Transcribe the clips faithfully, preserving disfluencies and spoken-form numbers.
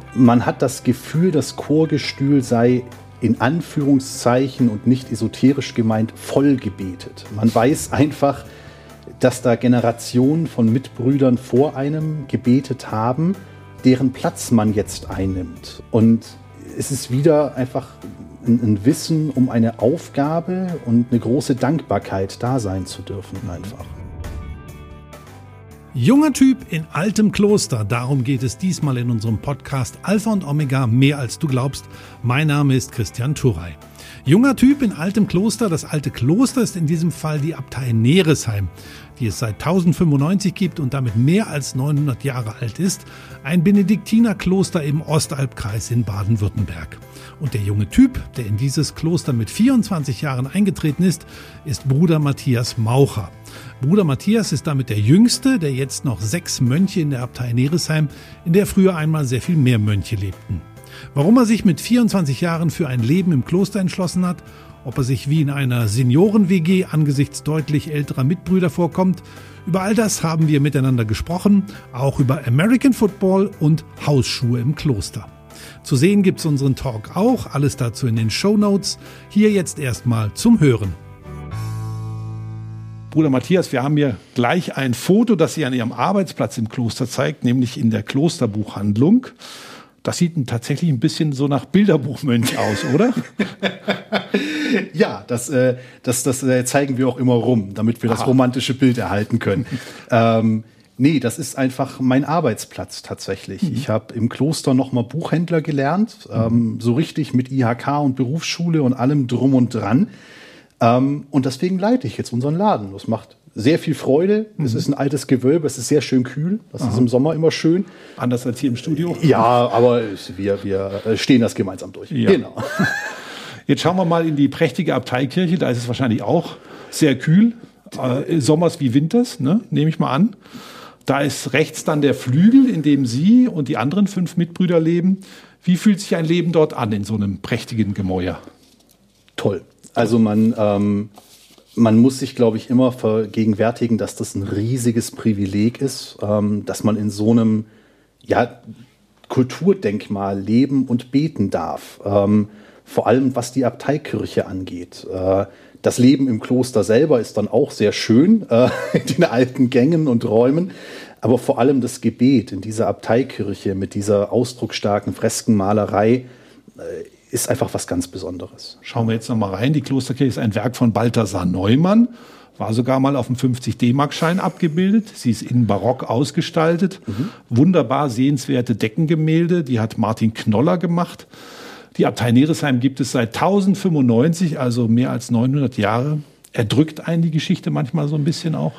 Man hat das Gefühl, das Chorgestühl sei in Anführungszeichen und nicht esoterisch gemeint voll gebetet. Man weiß einfach, dass da Generationen von Mitbrüdern vor einem gebetet haben, deren Platz man jetzt einnimmt. Und es ist wieder einfach ein, ein Wissen um eine Aufgabe und eine große Dankbarkeit, da sein zu dürfen einfach. Junger Typ in altem Kloster, darum geht es diesmal in unserem Podcast Alpha und Omega, mehr als du glaubst. Mein Name ist Christian Turrey. Junger Typ in altem Kloster, das alte Kloster ist in diesem Fall die Abtei Neresheim, die es seit tausendfünfundneunzig gibt und damit mehr als neunhundert Jahre alt ist, ein Benediktinerkloster im Ostalbkreis in Baden-Württemberg. Und der junge Typ, der in dieses Kloster mit vierundzwanzig Jahren eingetreten ist, ist Bruder Matthias Maucher. Bruder Matthias ist damit der Jüngste, der jetzt noch sechs Mönche in der Abtei Neresheim, in der früher einmal sehr viel mehr Mönche lebten. Warum er sich mit vierundzwanzig Jahren für ein Leben im Kloster entschlossen hat, ob er sich wie in einer Senioren-W G angesichts deutlich älterer Mitbrüder vorkommt, über all das haben wir miteinander gesprochen, auch über American Football und Hausschuhe im Kloster. Zu sehen gibt's unseren Talk auch, alles dazu in den Shownotes. Hier jetzt erstmal zum Hören. Bruder Matthias, wir haben hier gleich ein Foto, das Sie an Ihrem Arbeitsplatz im Kloster zeigt, nämlich in der Klosterbuchhandlung. Das sieht tatsächlich ein bisschen so nach Bilderbuchmönch aus, oder? Ja, das, äh, das, das äh, zeigen wir auch immer rum, damit wir das Aha. romantische Bild erhalten können. ähm, nee, das ist einfach mein Arbeitsplatz tatsächlich. Mhm. Ich habe im Kloster nochmal Buchhändler gelernt, mhm. ähm, so richtig mit I H K und Berufsschule und allem drum und dran. Ähm, und deswegen leite ich jetzt unseren Laden. Das macht sehr viel Freude. Mhm. Es ist ein altes Gewölbe, es ist sehr schön kühl. Das Aha. ist im Sommer immer schön. Anders als hier im Studio? Ja, aber wir, wir stehen das gemeinsam durch. Ja. Genau. Jetzt schauen wir mal in die prächtige Abteikirche. Da ist es wahrscheinlich auch sehr kühl. Äh, Sommers wie Winters, ne? Nehme ich mal an. Da ist rechts dann der Flügel, in dem Sie und die anderen fünf Mitbrüder leben. Wie fühlt sich ein Leben dort an in so einem prächtigen Gemäuer? Toll. Also man, ähm, man muss sich, glaube ich, immer vergegenwärtigen, dass das ein riesiges Privileg ist, ähm, dass man in so einem ja, Kulturdenkmal leben und beten darf. Ähm, vor allem, was die Abteikirche angeht. Äh, das Leben im Kloster selber ist dann auch sehr schön, äh, in den alten Gängen und Räumen. Aber vor allem das Gebet in dieser Abteikirche mit dieser ausdrucksstarken Freskenmalerei äh, ist einfach was ganz Besonderes. Schauen wir jetzt noch mal rein. Die Klosterkirche ist ein Werk von Balthasar Neumann. War sogar mal auf dem fünfzig D-Mark-Schein abgebildet. Sie ist in Barock ausgestaltet. Mhm. Wunderbar sehenswerte Deckengemälde. Die hat Martin Knoller gemacht. Die Abtei Neresheim gibt es seit tausendfünfundneunzig, also mehr als neunhundert Jahre. Erdrückt einen die Geschichte manchmal so ein bisschen auch?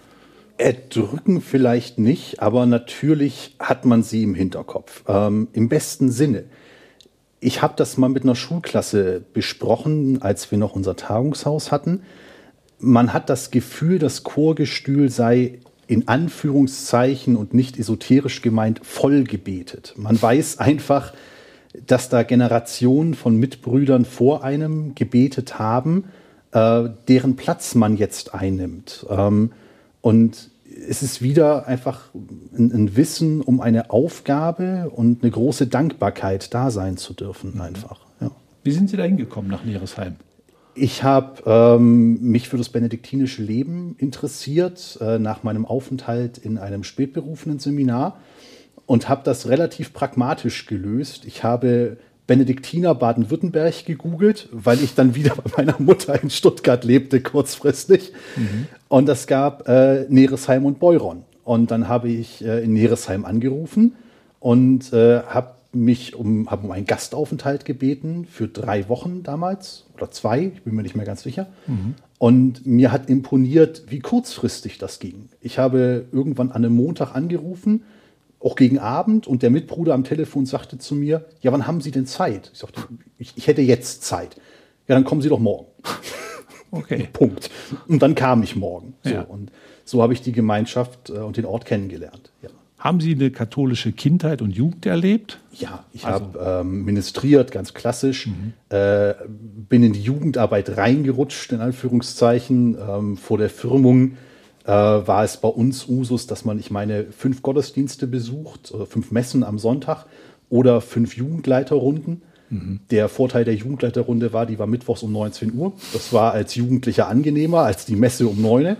Erdrücken vielleicht nicht, aber natürlich hat man sie im Hinterkopf. Ähm, im besten Sinne. Ich habe das mal mit einer Schulklasse besprochen, als wir noch unser Tagungshaus hatten. Man hat das Gefühl, das Chorgestühl sei in Anführungszeichen und nicht esoterisch gemeint voll gebetet. Man weiß einfach, dass da Generationen von Mitbrüdern vor einem gebetet haben, äh, deren Platz man jetzt einnimmt. Ähm, und es ist wieder einfach ein, ein Wissen um eine Aufgabe und eine große Dankbarkeit, da sein zu dürfen einfach. Ja. Wie sind Sie da hingekommen nach Neresheim? Ich habe ähm, mich für das benediktinische Leben interessiert, äh, nach meinem Aufenthalt in einem spätberufenen Seminar und habe das relativ pragmatisch gelöst. Ich habe Benediktiner Baden-Württemberg gegoogelt, weil ich dann wieder bei meiner Mutter in Stuttgart lebte, kurzfristig. Mhm. Und es gab äh, Neresheim und Beuron. Und dann habe ich äh, in Neresheim angerufen und äh, habe mich um, hab um einen Gastaufenthalt gebeten für drei Wochen damals oder zwei, ich bin mir nicht mehr ganz sicher. Mhm. Und mir hat imponiert, wie kurzfristig das ging. Ich habe irgendwann an einem Montag angerufen, auch gegen Abend, und der Mitbruder am Telefon sagte zu mir, ja, wann haben Sie denn Zeit? Ich sagte, ich, ich hätte jetzt Zeit. Ja, dann kommen Sie doch morgen. Okay. Punkt. Und dann kam ich morgen. So, ja. Und so habe ich die Gemeinschaft äh, und den Ort kennengelernt. Ja. Haben Sie eine katholische Kindheit und Jugend erlebt? Ja, ich also. habe ähm, ministriert, ganz klassisch. Mhm. Äh, bin in die Jugendarbeit reingerutscht, in Anführungszeichen. Ähm, vor der Firmung äh, war es bei uns Usus, dass man, ich meine, fünf Gottesdienste besucht, äh, fünf Messen am Sonntag oder fünf Jugendleiterrunden. Mhm. Der Vorteil der Jugendleiterrunde war, die war mittwochs um neunzehn Uhr. Das war als Jugendlicher angenehmer als die Messe um neun.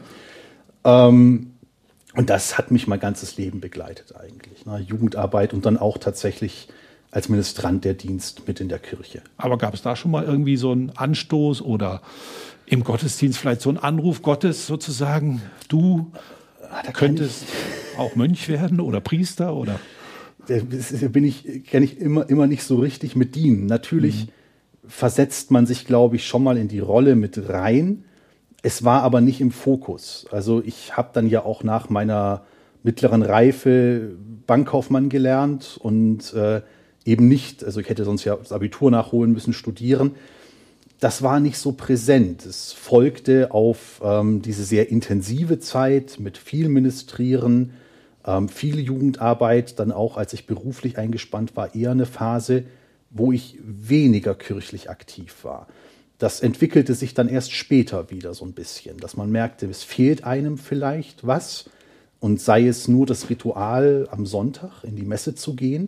Ähm, und das hat mich mein ganzes Leben begleitet eigentlich. Ne? Jugendarbeit und dann auch tatsächlich als Ministrant der Dienst mit in der Kirche. Aber gab es da schon mal irgendwie so einen Anstoß oder im Gottesdienst vielleicht so einen Anruf Gottes sozusagen, du da könntest ich, auch Mönch werden oder Priester oder? Da bin ich, kann ich immer, immer nicht so richtig mit dienen. Natürlich mhm. versetzt man sich, glaube ich, schon mal in die Rolle mit rein. Es war aber nicht im Fokus. Also ich habe dann ja auch nach meiner mittleren Reife Bankkaufmann gelernt und äh, eben nicht, also ich hätte sonst ja das Abitur nachholen müssen, studieren. Das war nicht so präsent. Es folgte auf ähm, diese sehr intensive Zeit mit viel Ministrieren, ähm, viel Jugendarbeit, dann auch, als ich beruflich eingespannt war, eher eine Phase, wo ich weniger kirchlich aktiv war. Das entwickelte sich dann erst später wieder so ein bisschen, dass man merkte, es fehlt einem vielleicht was und sei es nur das Ritual am Sonntag in die Messe zu gehen.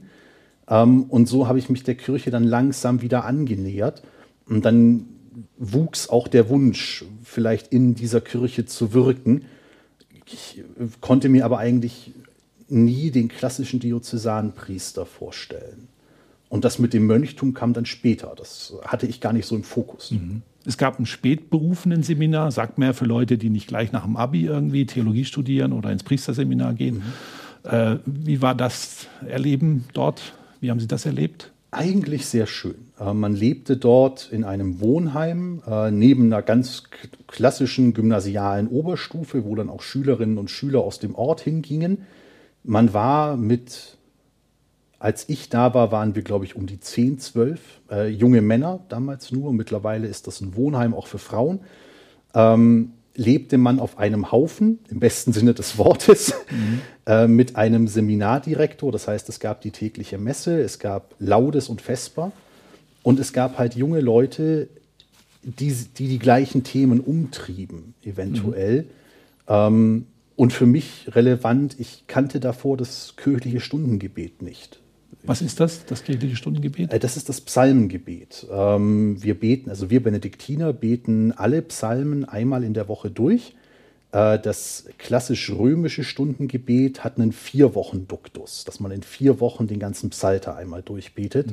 Und so habe ich mich der Kirche dann langsam wieder angenähert. Und dann wuchs auch der Wunsch, vielleicht in dieser Kirche zu wirken. Ich konnte mir aber eigentlich nie den klassischen Diözesanpriester vorstellen. Und das mit dem Mönchtum kam dann später. Das hatte ich gar nicht so im Fokus. Mhm. Es gab ein Spätberufenen-Seminar, sagt man ja für Leute, die nicht gleich nach dem Abi irgendwie Theologie studieren oder ins Priesterseminar gehen. Mhm. Äh, wie war das Erleben dort? Wie haben Sie das erlebt? Eigentlich sehr schön. Äh, man lebte dort in einem Wohnheim äh, neben einer ganz k- klassischen gymnasialen Oberstufe, wo dann auch Schülerinnen und Schüler aus dem Ort hingingen. Man war mit, als ich da war, waren wir, glaube ich, um die zehn, zwölf äh, junge Männer damals nur. Mittlerweile ist das ein Wohnheim auch für Frauen. Ähm, lebte man auf einem Haufen, im besten Sinne des Wortes, mhm. äh, mit einem Seminardirektor. Das heißt, es gab die tägliche Messe, es gab Laudes und Vesper und es gab halt junge Leute, die die, die gleichen Themen umtrieben, eventuell. Mhm. Ähm, und für mich relevant, ich kannte davor das kirchliche Stundengebet nicht. Was ist das, das kirchliche Stundengebet? Das ist das Psalmengebet. Wir beten, also wir Benediktiner beten alle Psalmen einmal in der Woche durch. Das klassisch römische Stundengebet hat einen Vier-Wochen-Duktus, dass man in vier Wochen den ganzen Psalter einmal durchbetet.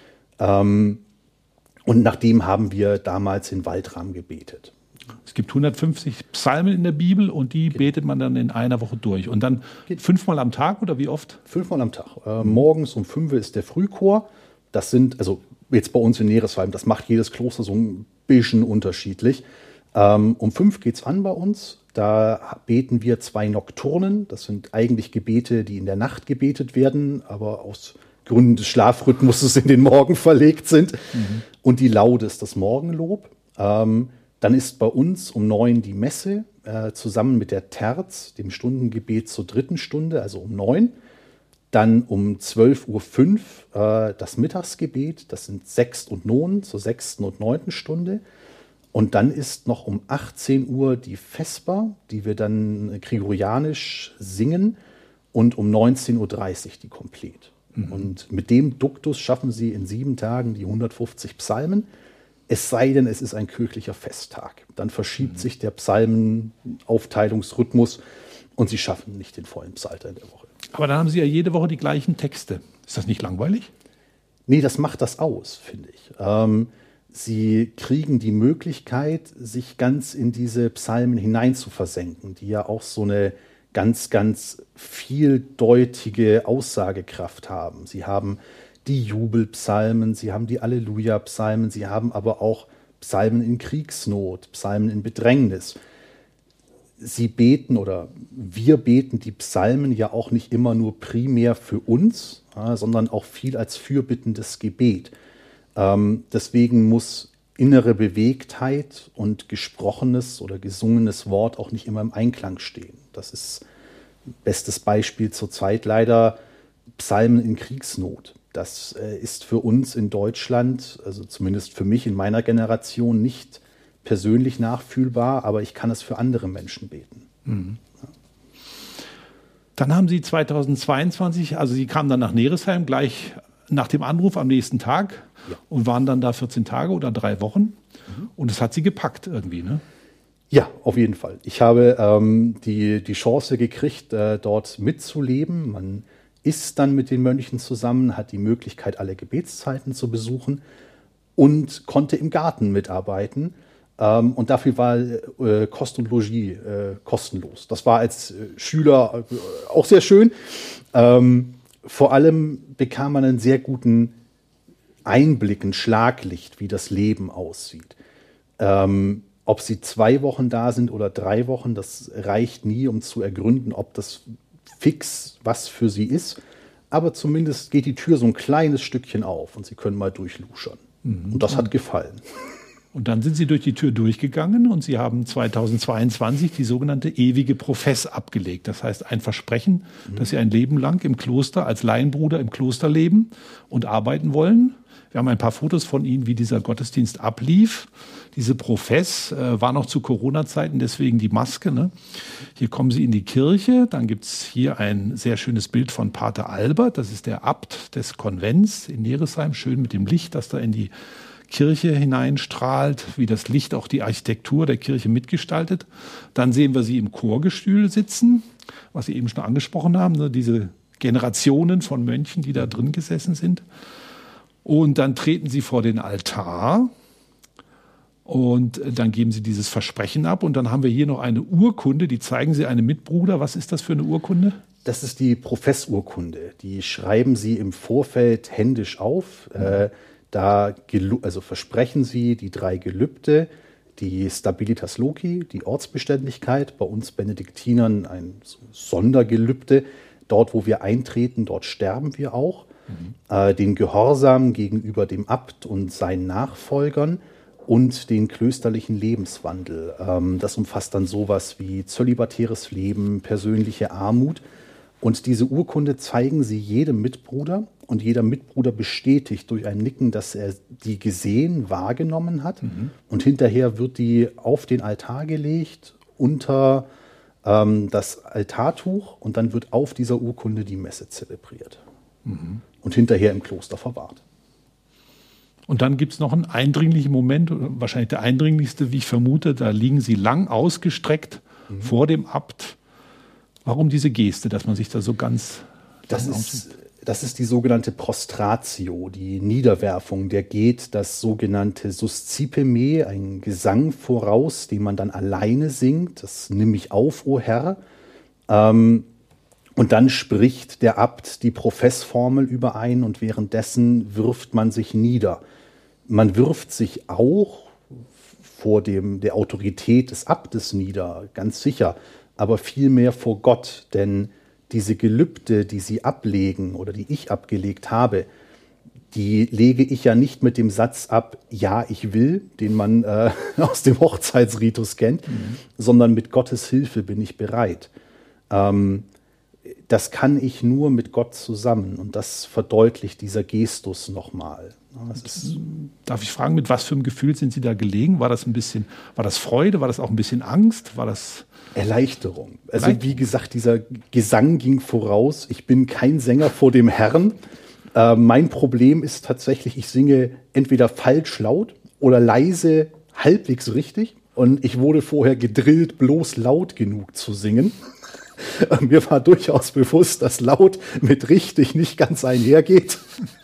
Mhm. Und nach dem haben wir damals in Waldram gebetet. Es gibt hundertfünfzig Psalmen in der Bibel und die genau. betet man dann in einer Woche durch. Und dann fünfmal am Tag oder wie oft? Fünfmal am Tag. Äh, morgens um fünf ist der Frühchor. Das sind, also jetzt bei uns in Neresheim, das macht jedes Kloster so ein bisschen unterschiedlich. Ähm, um fünf geht es an bei uns. Da beten wir zwei Nokturnen. Das sind eigentlich Gebete, die in der Nacht gebetet werden, aber aus Gründen des Schlafrhythmuses in den Morgen verlegt sind. Mhm. Und die Laudes, das Morgenlob. Ähm, Dann ist bei uns um neun die Messe, äh, zusammen mit der Terz, dem Stundengebet zur dritten Stunde, also um neun. Dann um zwölf Uhr fünf äh, das Mittagsgebet, das sind Sext und Non zur sechsten und neunten Stunde. Und dann ist noch um achtzehn Uhr die Vesper, die wir dann gregorianisch singen, und um neunzehn Uhr dreißig die Komplet. Mhm. Und mit dem Duktus schaffen sie in sieben Tagen die hundertfünfzig Psalmen. Es sei denn, es ist ein kirchlicher Festtag. Dann verschiebt mhm. sich der Psalmenaufteilungsrhythmus und sie schaffen nicht den vollen Psalter in der Woche. Aber dann haben Sie ja jede Woche die gleichen Texte. Ist das nicht langweilig? Nee, das macht das aus, finde ich. Ähm, sie kriegen die Möglichkeit, sich ganz in diese Psalmen hineinzuversenken, die ja auch so eine ganz, ganz vieldeutige Aussagekraft haben. Sie haben die Jubelpsalmen, sie haben die Alleluja-Psalmen, sie haben aber auch Psalmen in Kriegsnot, Psalmen in Bedrängnis. Sie beten oder wir beten die Psalmen ja auch nicht immer nur primär für uns, ja, sondern auch viel als fürbittendes Gebet. Ähm, deswegen muss innere Bewegtheit und gesprochenes oder gesungenes Wort auch nicht immer im Einklang stehen. Das ist bestes Beispiel zurzeit leider Psalmen in Kriegsnot. Das äh, ist für uns in Deutschland, also zumindest für mich in meiner Generation, nicht persönlich nachfühlbar, aber ich kann es für andere Menschen beten. Mhm. Ja. Dann haben Sie zweitausendzweiundzwanzig, also Sie kamen dann nach Neresheim gleich nach dem Anruf am nächsten Tag Ja. und waren dann da vierzehn Tage oder drei Wochen. Mhm. Und es hat sie gepackt irgendwie, ne? Ja, auf jeden Fall. Ich habe ähm, die, die Chance gekriegt, äh, dort mitzuleben. Man ist dann mit den Mönchen zusammen, hat die Möglichkeit, alle Gebetszeiten zu besuchen und konnte im Garten mitarbeiten. Ähm, und dafür war äh, Kost und Logis äh, kostenlos. Das war als äh, Schüler äh, auch sehr schön. Ähm, vor allem bekam man einen sehr guten Einblick, ein Schlaglicht, wie das Leben aussieht. Ähm, ob sie zwei Wochen da sind oder drei Wochen, das reicht nie, um zu ergründen, ob das fix was für sie ist. Aber zumindest geht die Tür so ein kleines Stückchen auf und sie können mal durchluschern. Mhm. Und das hat gefallen. Und dann sind sie durch die Tür durchgegangen und sie haben zweitausendzweiundzwanzig die sogenannte ewige Profess abgelegt. Das heißt ein Versprechen, mhm. dass sie ein Leben lang im Kloster als Laienbruder im Kloster leben und arbeiten wollen. Wir haben ein paar Fotos von Ihnen, wie dieser Gottesdienst ablief. Diese Profess äh, war noch zu Corona-Zeiten, deswegen die Maske. Ne? Hier kommen Sie in die Kirche. Dann gibt es hier ein sehr schönes Bild von Pater Albert. Das ist der Abt des Konvents in Neresheim. Schön mit dem Licht, das da in die Kirche hineinstrahlt, wie das Licht auch die Architektur der Kirche mitgestaltet. Dann sehen wir Sie im Chorgestühl sitzen, was Sie eben schon angesprochen haben. Ne? Diese Generationen von Mönchen, die da drin gesessen sind. Und dann treten sie vor den Altar und dann geben sie dieses Versprechen ab. Und dann haben wir hier noch eine Urkunde, die zeigen sie einem Mitbruder. Was ist das für eine Urkunde? Das ist die Professurkunde. Die schreiben sie im Vorfeld händisch auf. Mhm. Äh, da also versprechen sie die drei Gelübde, die Stabilitas Loci, die Ortsbeständigkeit, bei uns Benediktinern ein Sondergelübde. Dort, wo wir eintreten, dort sterben wir auch. Mhm. Äh, den Gehorsam gegenüber dem Abt und seinen Nachfolgern und den klösterlichen Lebenswandel. Ähm, das umfasst dann sowas wie zölibatäres Leben, persönliche Armut. Und diese Urkunde zeigen sie jedem Mitbruder und jeder Mitbruder bestätigt durch ein Nicken, dass er die gesehen, wahrgenommen hat. Mhm. Und hinterher wird die auf den Altar gelegt unter ähm, das Altartuch und dann wird auf dieser Urkunde die Messe zelebriert. Mhm. Und hinterher im Kloster verwahrt. Und dann gibt es noch einen eindringlichen Moment, wahrscheinlich der eindringlichste, wie ich vermute, da liegen sie lang ausgestreckt mhm. vor dem Abt. Warum diese Geste, dass man sich da so ganz... Das ist, das ist die sogenannte Prostratio, die Niederwerfung. Der geht das sogenannte Suscipe me, ein Gesang voraus, den man dann alleine singt. Das nimm mich auf, o Herr. Ähm, Und dann spricht der Abt die Professformel überein und währenddessen wirft man sich nieder. Man wirft sich auch vor dem, der Autorität des Abtes nieder, ganz sicher, aber vielmehr vor Gott. Denn diese Gelübde, die sie ablegen oder die ich abgelegt habe, die lege ich ja nicht mit dem Satz ab, ja, ich will, den man äh, aus dem Hochzeitsritus kennt, mhm. sondern mit Gottes Hilfe bin ich bereit. Ähm, Das kann ich nur mit Gott zusammen und das verdeutlicht dieser Gestus nochmal. Darf ich fragen, mit was für einem Gefühl sind Sie da gelegen? War das ein bisschen, war das Freude, war das auch ein bisschen Angst? War das Erleichterung. Also wie gesagt, dieser Gesang ging voraus. Ich bin kein Sänger vor dem Herrn. Äh, mein Problem ist tatsächlich, ich singe entweder falsch laut oder leise halbwegs richtig. Und ich wurde vorher gedrillt, bloß laut genug zu singen. Mir war durchaus bewusst, dass laut mit richtig nicht ganz einhergeht.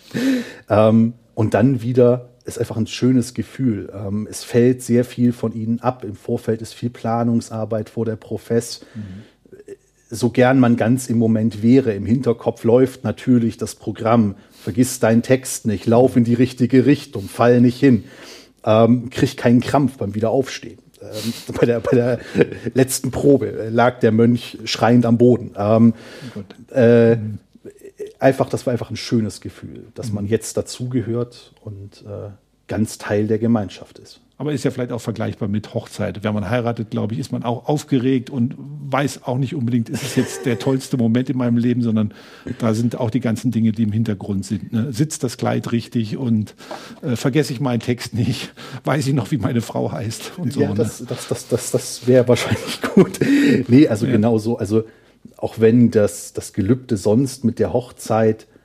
ähm, und dann wieder ist einfach ein schönes Gefühl. Ähm, es fällt sehr viel von ihnen ab. Im Vorfeld ist viel Planungsarbeit vor der Profess. Mhm. So gern man ganz im Moment wäre, im Hinterkopf läuft natürlich das Programm. Vergiss deinen Text nicht, lauf in die richtige Richtung, fall nicht hin. Ähm, krieg keinen Krampf beim Wiederaufstehen. Ähm, bei, der, bei der letzten Probe lag der Mönch schreiend am Boden. Ähm, oh äh, mhm. Einfach, das war einfach ein schönes Gefühl, dass mhm. man jetzt dazugehört und äh, ganz Teil der Gemeinschaft ist. Aber ist ja vielleicht auch vergleichbar mit Hochzeit. Wenn man heiratet, glaube ich, ist man auch aufgeregt und weiß auch nicht unbedingt, ist es jetzt der tollste Moment in meinem Leben, sondern da sind auch die ganzen Dinge, die im Hintergrund sind. Ne? Sitzt das Kleid richtig und äh, vergesse ich meinen Text nicht? Weiß ich noch, wie meine Frau heißt? Und so, ja, das, ne? das, das, das, das wäre wahrscheinlich gut. Nee, also ja. genau so. Also auch wenn das, das Gelübde sonst mit der Hochzeit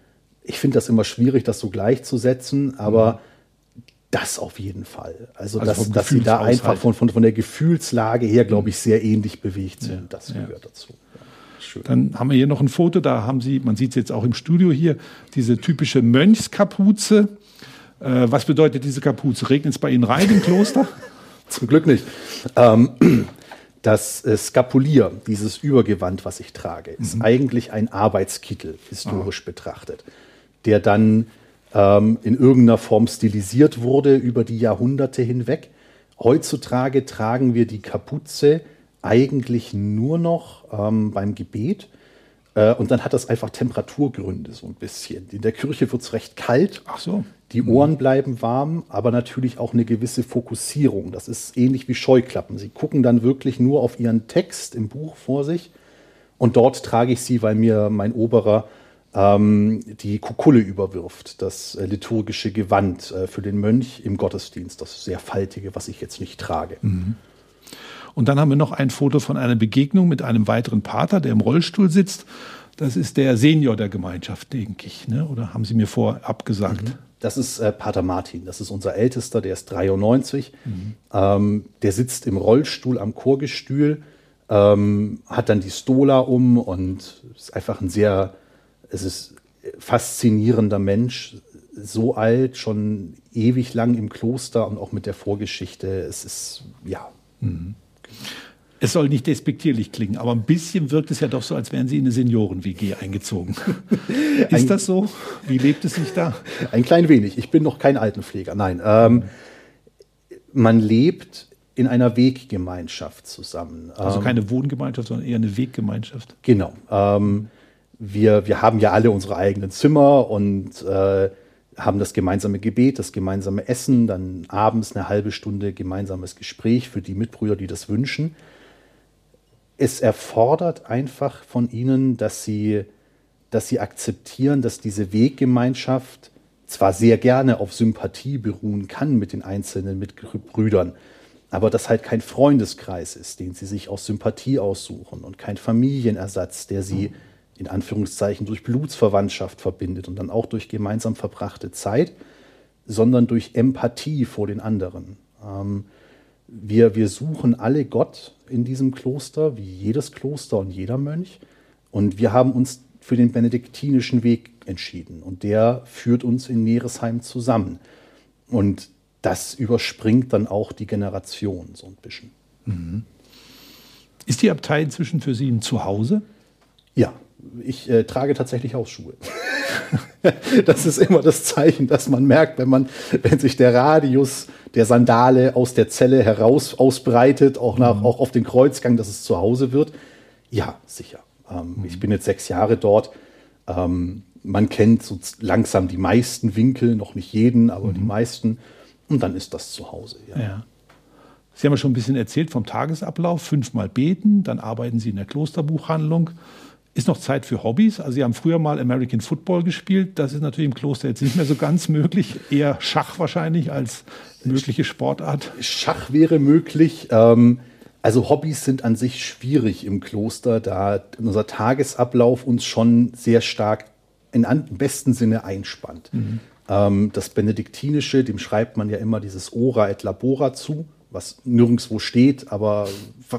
ich finde das immer schwierig, das so gleichzusetzen, aber mhm. das auf jeden Fall. Also, also dass, dass sie da einfach von, von, von der Gefühlslage her, glaube ich, sehr ähnlich bewegt sind. Ja. Das gehört ja. dazu. Ja, dann haben wir hier noch ein Foto, da haben Sie, man sieht es jetzt auch im Studio hier, diese typische Mönchskapuze. Äh, was bedeutet diese Kapuze? Regnet es bei Ihnen rein im Kloster? Zum Glück nicht. Ähm, das äh, Skapulier, dieses Übergewand, was ich trage, ist mhm. eigentlich ein Arbeitskittel, historisch ah. betrachtet, der dann ähm, in irgendeiner Form stilisiert wurde über die Jahrhunderte hinweg. Heutzutage tragen wir die Kapuze eigentlich nur noch ähm, beim Gebet. Äh, und dann hat das einfach Temperaturgründe so ein bisschen. In der Kirche wird es recht kalt. Ach so. Die Ohren bleiben warm, aber natürlich auch eine gewisse Fokussierung. Das ist ähnlich wie Scheuklappen. Sie gucken dann wirklich nur auf ihren Text im Buch vor sich. Und dort trage ich sie, weil mir mein Oberer ähm, die Kukulle überwirft, das äh, liturgische Gewand äh, für den Mönch im Gottesdienst, das sehr faltige, was ich jetzt nicht trage. Mhm. Und dann haben wir noch ein Foto von einer Begegnung mit einem weiteren Pater, der im Rollstuhl sitzt. Das ist der Senior der Gemeinschaft, denke ich, ne? Oder haben Sie mir vorab gesagt? Mhm. Das ist äh, Pater Martin, das ist unser Ältester, der ist dreiundneunzig. Mhm. Ähm, der sitzt im Rollstuhl am Chorgestühl, ähm, hat dann die Stola um und ist einfach ein sehr, es ist faszinierender Mensch, so alt, schon ewig lang im Kloster und auch mit der Vorgeschichte. Es ist, ja. Mhm. Es soll nicht despektierlich klingen, aber ein bisschen wirkt es ja doch so, als wären Sie in eine Senioren-W G eingezogen. Ist ein, das so? Wie lebt es sich da? Ein klein wenig. Ich bin noch kein Altenpfleger. Nein. Ähm, man lebt in einer Weggemeinschaft zusammen. Also keine Wohngemeinschaft, sondern eher eine Weggemeinschaft. Genau. Ähm, wir, wir haben ja alle unsere eigenen Zimmer und äh, haben das gemeinsame Gebet, das gemeinsame Essen, dann abends eine halbe Stunde gemeinsames Gespräch für die Mitbrüder, die das wünschen. Es erfordert einfach von ihnen, dass sie, dass sie akzeptieren, dass diese Weggemeinschaft zwar sehr gerne auf Sympathie beruhen kann mit den einzelnen Mitbrüdern, aber das halt kein Freundeskreis ist, den sie sich aus Sympathie aussuchen und kein Familienersatz, der sie in Anführungszeichen durch Blutsverwandtschaft verbindet und dann auch durch gemeinsam verbrachte Zeit, sondern durch Empathie vor den anderen. Ähm, Wir, wir suchen alle Gott in diesem Kloster, wie jedes Kloster und jeder Mönch. Und wir haben uns für den benediktinischen Weg entschieden. Und der führt uns in Neresheim zusammen. Und das überspringt dann auch die Generation so ein bisschen. Mhm. Ist die Abtei inzwischen für Sie ein Zuhause? Ja, ich äh, trage tatsächlich Hausschuhe. Das ist immer das Zeichen, dass man merkt, wenn man, wenn sich der Radius der Sandale aus der Zelle heraus ausbreitet, auch, nach, mhm. auch auf den Kreuzgang, dass es zu Hause wird. Ja, sicher. Ähm, mhm. Ich bin jetzt sechs Jahre dort. Ähm, man kennt so langsam die meisten Winkel, noch nicht jeden, aber mhm. die meisten. Und dann ist das zu Hause. Ja. Ja. Sie haben ja schon ein bisschen erzählt vom Tagesablauf. Fünfmal beten, dann arbeiten Sie in der Klosterbuchhandlung. Ist noch Zeit für Hobbys? Also Sie haben früher mal American Football gespielt. Das ist natürlich im Kloster jetzt nicht mehr so ganz möglich. Eher Schach wahrscheinlich als mögliche Sportart. Schach wäre möglich. Ähm, also Hobbys sind an sich schwierig im Kloster, da unser Tagesablauf uns schon sehr stark in an, im besten Sinne einspannt. Mhm. Ähm, das Benediktinische, dem schreibt man ja immer dieses Ora et Labora zu, was nirgendwo steht, aber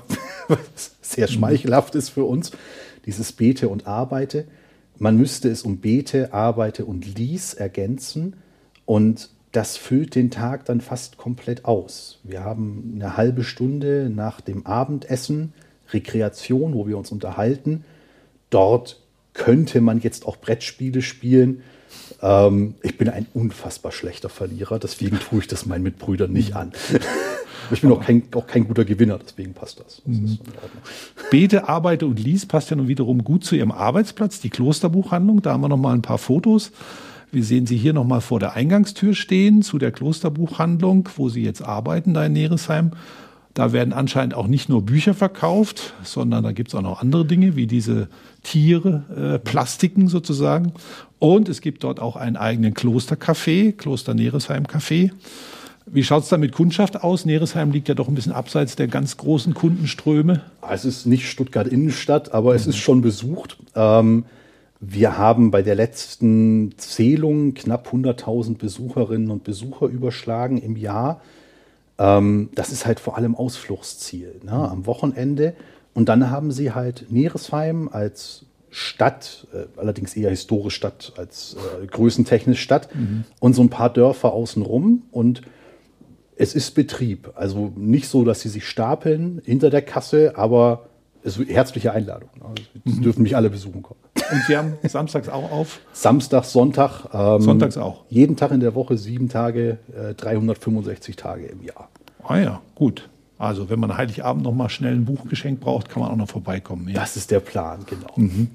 sehr schmeichelhaft ist für uns. Dieses Bete und Arbeite. Man müsste es um Bete, Arbeite und Lies ergänzen und das füllt den Tag dann fast komplett aus. Wir haben eine halbe Stunde nach dem Abendessen Rekreation, wo wir uns unterhalten. Dort könnte man jetzt auch Brettspiele spielen. Ähm, ich bin ein unfassbar schlechter Verlierer, deswegen tue ich das meinen Mitbrüdern nicht an. Aber ich bin auch kein, auch kein guter Gewinner, deswegen passt das. Das ist in Ordnung. Bete, Arbeite und Lies passt ja nun wiederum gut zu Ihrem Arbeitsplatz, die Klosterbuchhandlung. Da haben wir noch mal ein paar Fotos. Wir sehen Sie hier noch mal vor der Eingangstür stehen zu der Klosterbuchhandlung, wo Sie jetzt arbeiten, da in Neresheim. Da werden anscheinend auch nicht nur Bücher verkauft, sondern da gibt es auch noch andere Dinge, wie diese Tiere, äh, Plastiken sozusagen. Und es gibt dort auch einen eigenen Klostercafé, Kloster Neresheim Café. Wie schaut es da mit Kundschaft aus? Neresheim liegt ja doch ein bisschen abseits der ganz großen Kundenströme. Es ist nicht Stuttgart Innenstadt, aber es mhm. ist schon besucht. Ähm, Wir haben bei der letzten Zählung knapp hunderttausend Besucherinnen und Besucher überschlagen im Jahr. Ähm, das ist halt vor allem Ausflugsziel, ne, am Wochenende. Und dann haben sie halt Neresheim als Stadt, äh, allerdings eher historische Stadt als äh, größentechnisch Stadt, mhm. und so ein paar Dörfer außenrum. Und es ist Betrieb. Also nicht so, dass sie sich stapeln hinter der Kasse, aber es ist herzliche Einladung. Es mhm. dürfen mich alle besuchen kommen. Und Sie haben samstags auch auf? Samstag, Sonntag. Ähm, Sonntags auch? Jeden Tag in der Woche, sieben Tage, äh, dreihundertfünfundsechzig Tage im Jahr. Ah ja, gut. Also wenn man Heiligabend noch mal schnell ein Buch geschenkt braucht, kann man auch noch vorbeikommen. Ja. Das ist der Plan, genau. Mhm.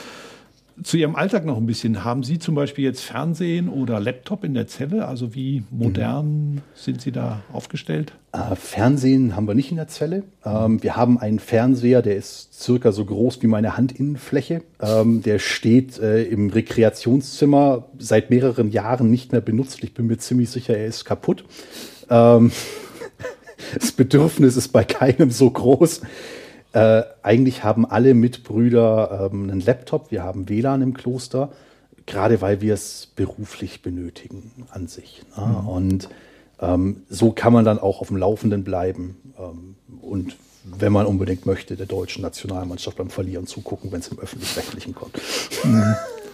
Zu Ihrem Alltag noch ein bisschen. Haben Sie zum Beispiel jetzt Fernsehen oder Laptop in der Zelle? Also wie modern mhm. sind Sie da aufgestellt? Äh, Fernsehen haben wir nicht in der Zelle. Ähm, wir haben einen Fernseher, der ist circa so groß wie meine Handinnenfläche. Ähm, der steht äh, im Rekreationszimmer seit mehreren Jahren nicht mehr benutzt. Ich bin mir ziemlich sicher, er ist kaputt. Ähm, Das Bedürfnis ist bei keinem so groß. Äh, eigentlich haben alle Mitbrüder ähm, einen Laptop. Wir haben W L A N im Kloster, gerade weil wir es beruflich benötigen an sich. Ne? Mhm. Und ähm, so kann man dann auch auf dem Laufenden bleiben. Ähm, und wenn man unbedingt möchte, der deutschen Nationalmannschaft beim Verlieren zugucken, wenn es im Öffentlich-Rechtlichen kommt. Mhm.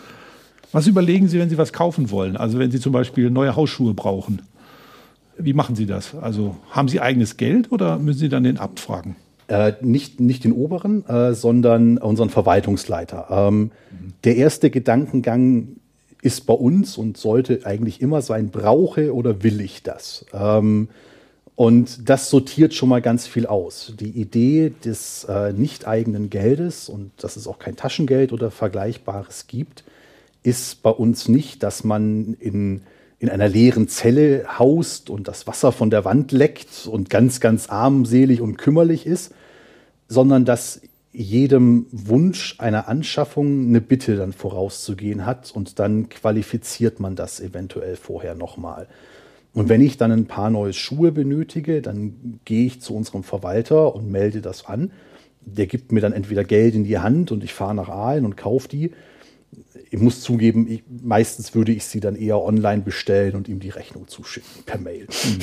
Was überlegen Sie, wenn Sie was kaufen wollen? Also wenn Sie zum Beispiel neue Hausschuhe brauchen. Wie machen Sie das? Also haben Sie eigenes Geld oder müssen Sie dann den Abt fragen? Äh, nicht, nicht den Oberen, äh, sondern unseren Verwaltungsleiter. Ähm, mhm. Der erste Gedankengang ist bei uns und sollte eigentlich immer sein, brauche oder will ich das? Ähm, und das sortiert schon mal ganz viel aus. Die Idee des äh, nicht eigenen Geldes, und dass es auch kein Taschengeld oder Vergleichbares gibt, ist bei uns nicht, dass man in in einer leeren Zelle haust und das Wasser von der Wand leckt und ganz, ganz armselig und kümmerlich ist, sondern dass jedem Wunsch einer Anschaffung eine Bitte dann vorauszugehen hat und dann qualifiziert man das eventuell vorher nochmal. Und wenn ich dann ein paar neue Schuhe benötige, dann gehe ich zu unserem Verwalter und melde das an. Der gibt mir dann entweder Geld in die Hand und ich fahre nach Aalen und kaufe die. Ich muss zugeben, ich, meistens würde ich sie dann eher online bestellen und ihm die Rechnung zuschicken, per Mail. Mhm.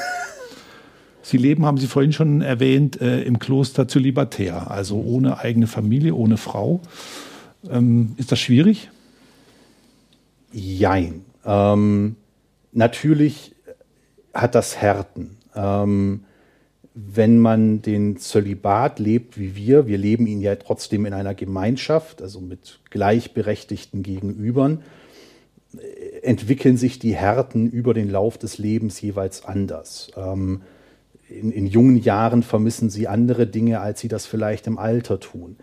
Sie leben, haben Sie vorhin schon erwähnt, äh, im Kloster zölibatär, also ohne eigene Familie, ohne Frau. Ähm, ist das schwierig? Jein. Ähm, natürlich hat das Härten. Ähm, Wenn man den Zölibat lebt wie wir, wir leben ihn ja trotzdem in einer Gemeinschaft, also mit gleichberechtigten Gegenübern, entwickeln sich die Härten über den Lauf des Lebens jeweils anders. Ähm, in, in jungen Jahren vermissen sie andere Dinge, als sie das vielleicht im Alter tun.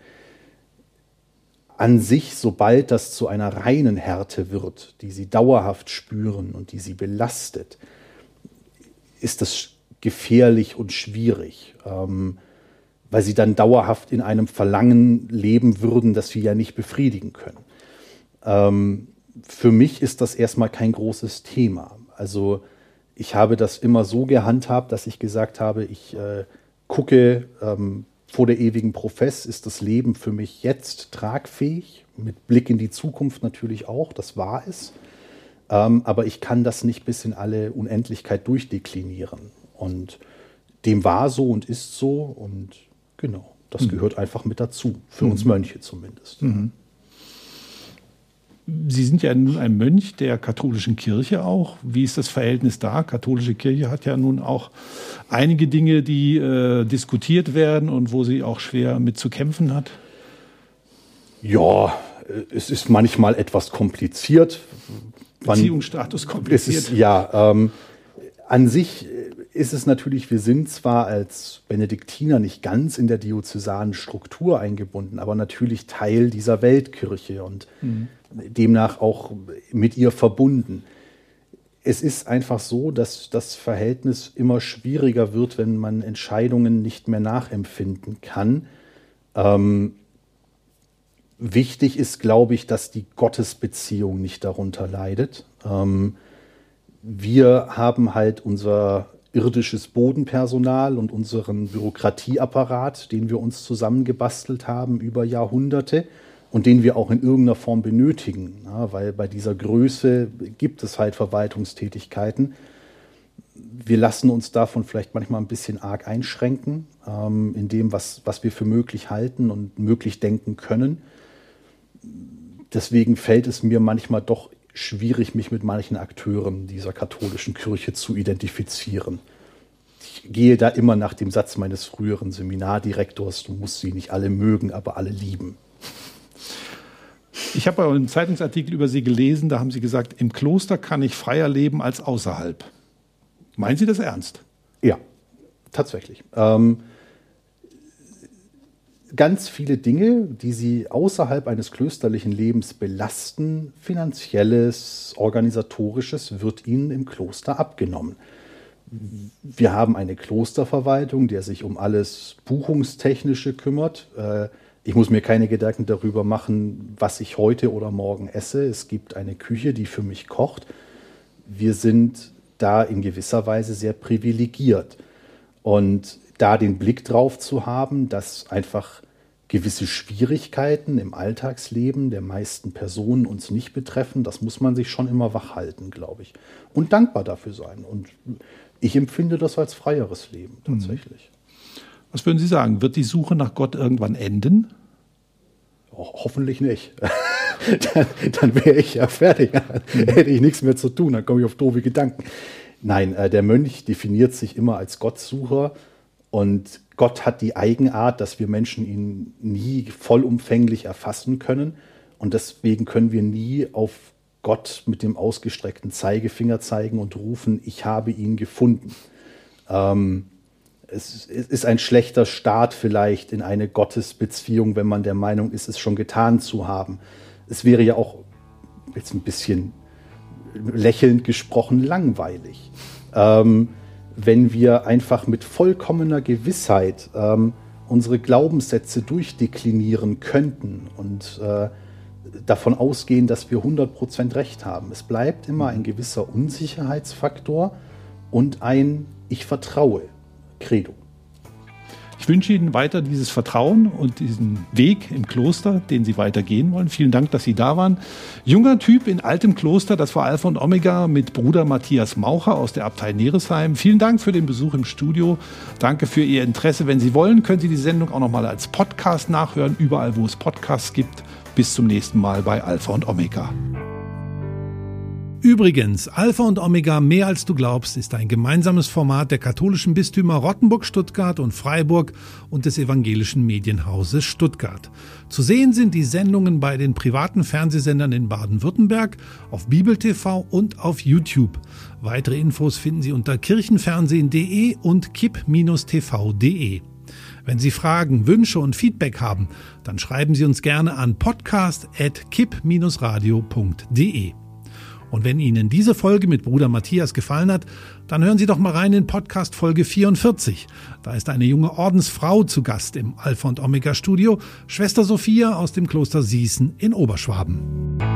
An sich, sobald das zu einer reinen Härte wird, die sie dauerhaft spüren und die sie belastet, ist das gefährlich und schwierig, ähm, weil sie dann dauerhaft in einem Verlangen leben würden, das wir ja nicht befriedigen können. Ähm, für mich ist das erstmal kein großes Thema. Also ich habe das immer so gehandhabt, dass ich gesagt habe, ich äh, gucke ähm, vor der ewigen Profess, ist das Leben für mich jetzt tragfähig, mit Blick in die Zukunft natürlich auch, das war es. Ähm, aber ich kann das nicht bis in alle Unendlichkeit durchdeklinieren. Und dem war so und ist so und genau, das mhm. gehört einfach mit dazu, für mhm. uns Mönche zumindest. Mhm. Sie sind ja nun ein Mönch der katholischen Kirche auch. Wie ist das Verhältnis da? Katholische Kirche hat ja nun auch einige Dinge, die äh, diskutiert werden und wo sie auch schwer mit zu kämpfen hat. Ja, es ist manchmal etwas kompliziert. Beziehungsstatus kompliziert. Es ist, ja, ähm, an sich ist es natürlich, wir sind zwar als Benediktiner nicht ganz in der diözesanen Struktur eingebunden, aber natürlich Teil dieser Weltkirche und mhm. demnach auch mit ihr verbunden. Es ist einfach so, dass das Verhältnis immer schwieriger wird, wenn man Entscheidungen nicht mehr nachempfinden kann. Ähm, wichtig ist, glaube ich, dass die Gottesbeziehung nicht darunter leidet. Ähm, wir haben halt unser irdisches Bodenpersonal und unseren Bürokratieapparat, den wir uns zusammengebastelt haben über Jahrhunderte. und den wir auch in irgendeiner Form benötigen, ja, weil bei dieser Größe gibt es halt Verwaltungstätigkeiten. Wir lassen uns davon vielleicht manchmal ein bisschen arg einschränken, ähm, in dem, was, was wir für möglich halten und möglich denken können. Deswegen fällt es mir manchmal doch schwierig, mich mit manchen Akteuren dieser katholischen Kirche zu identifizieren. Ich gehe da immer nach dem Satz meines früheren Seminardirektors, du musst sie nicht alle mögen, aber alle lieben. Ich habe einen Zeitungsartikel über Sie gelesen, da haben Sie gesagt, im Kloster kann ich freier leben als außerhalb. Meinen Sie das ernst? Ja, tatsächlich. Ähm, ganz viele Dinge, die Sie außerhalb eines klösterlichen Lebens belasten, finanzielles, organisatorisches, wird Ihnen im Kloster abgenommen. Wir haben eine Klosterverwaltung, der sich um alles Buchungstechnische kümmert. Äh, ich muss mir keine Gedanken darüber machen, was ich heute oder morgen esse. Es gibt eine Küche, die für mich kocht. Wir sind da in gewisser Weise sehr privilegiert. Und da den Blick drauf zu haben, dass einfach gewisse Schwierigkeiten im Alltagsleben der meisten Personen uns nicht betreffen, das muss man sich schon immer wach halten, glaube ich. Und dankbar dafür sein. Und ich empfinde das als freieres Leben tatsächlich. Was würden Sie sagen? Wird die Suche nach Gott irgendwann enden? Oh, hoffentlich nicht. dann dann wäre ich ja fertig. Dann hätte ich nichts mehr zu tun. Dann komme ich auf doofe Gedanken. Nein, äh, der Mönch definiert sich immer als Gottsucher. Und Gott hat die Eigenart, dass wir Menschen ihn nie vollumfänglich erfassen können. Und deswegen können wir nie auf Gott mit dem ausgestreckten Zeigefinger zeigen und rufen, ich habe ihn gefunden. Ähm, es ist ein schlechter Start vielleicht in eine Gottesbeziehung, wenn man der Meinung ist, es schon getan zu haben. Es wäre ja auch jetzt ein bisschen lächelnd gesprochen langweilig, ähm, wenn wir einfach mit vollkommener Gewissheit ähm, unsere Glaubenssätze durchdeklinieren könnten und äh, davon ausgehen, dass wir hundert Prozent Recht haben. Es bleibt immer ein gewisser Unsicherheitsfaktor und ein Ich vertraue Credo. Ich wünsche Ihnen weiter dieses Vertrauen und diesen Weg im Kloster, den Sie weitergehen wollen. Vielen Dank, dass Sie da waren. Junger Typ in altem Kloster, das war Alpha und Omega mit Bruder Matthias Maucher aus der Abtei Neresheim. Vielen Dank für den Besuch im Studio. Danke für Ihr Interesse. Wenn Sie wollen, können Sie die Sendung auch nochmal als Podcast nachhören, überall, wo es Podcasts gibt. Bis zum nächsten Mal bei Alpha und Omega. Übrigens, Alpha und Omega mehr als du glaubst ist ein gemeinsames Format der katholischen Bistümer Rottenburg, Stuttgart und Freiburg und des evangelischen Medienhauses Stuttgart. Zu sehen sind die Sendungen bei den privaten Fernsehsendern in Baden-Württemberg, auf Bibel T V und auf YouTube. Weitere Infos finden Sie unter kirchenfernsehen punkt de und kipp Bindestrich t v punkt de. Wenn Sie Fragen, Wünsche und Feedback haben, dann schreiben Sie uns gerne an podcast at kipp Bindestrich radio punkt de. Und wenn Ihnen diese Folge mit Bruder Matthias gefallen hat, dann hören Sie doch mal rein in Podcast Folge vierundvierzig. Da ist eine junge Ordensfrau zu Gast im Alpha und Omega Studio, Schwester Sophia aus dem Kloster Sießen in Oberschwaben.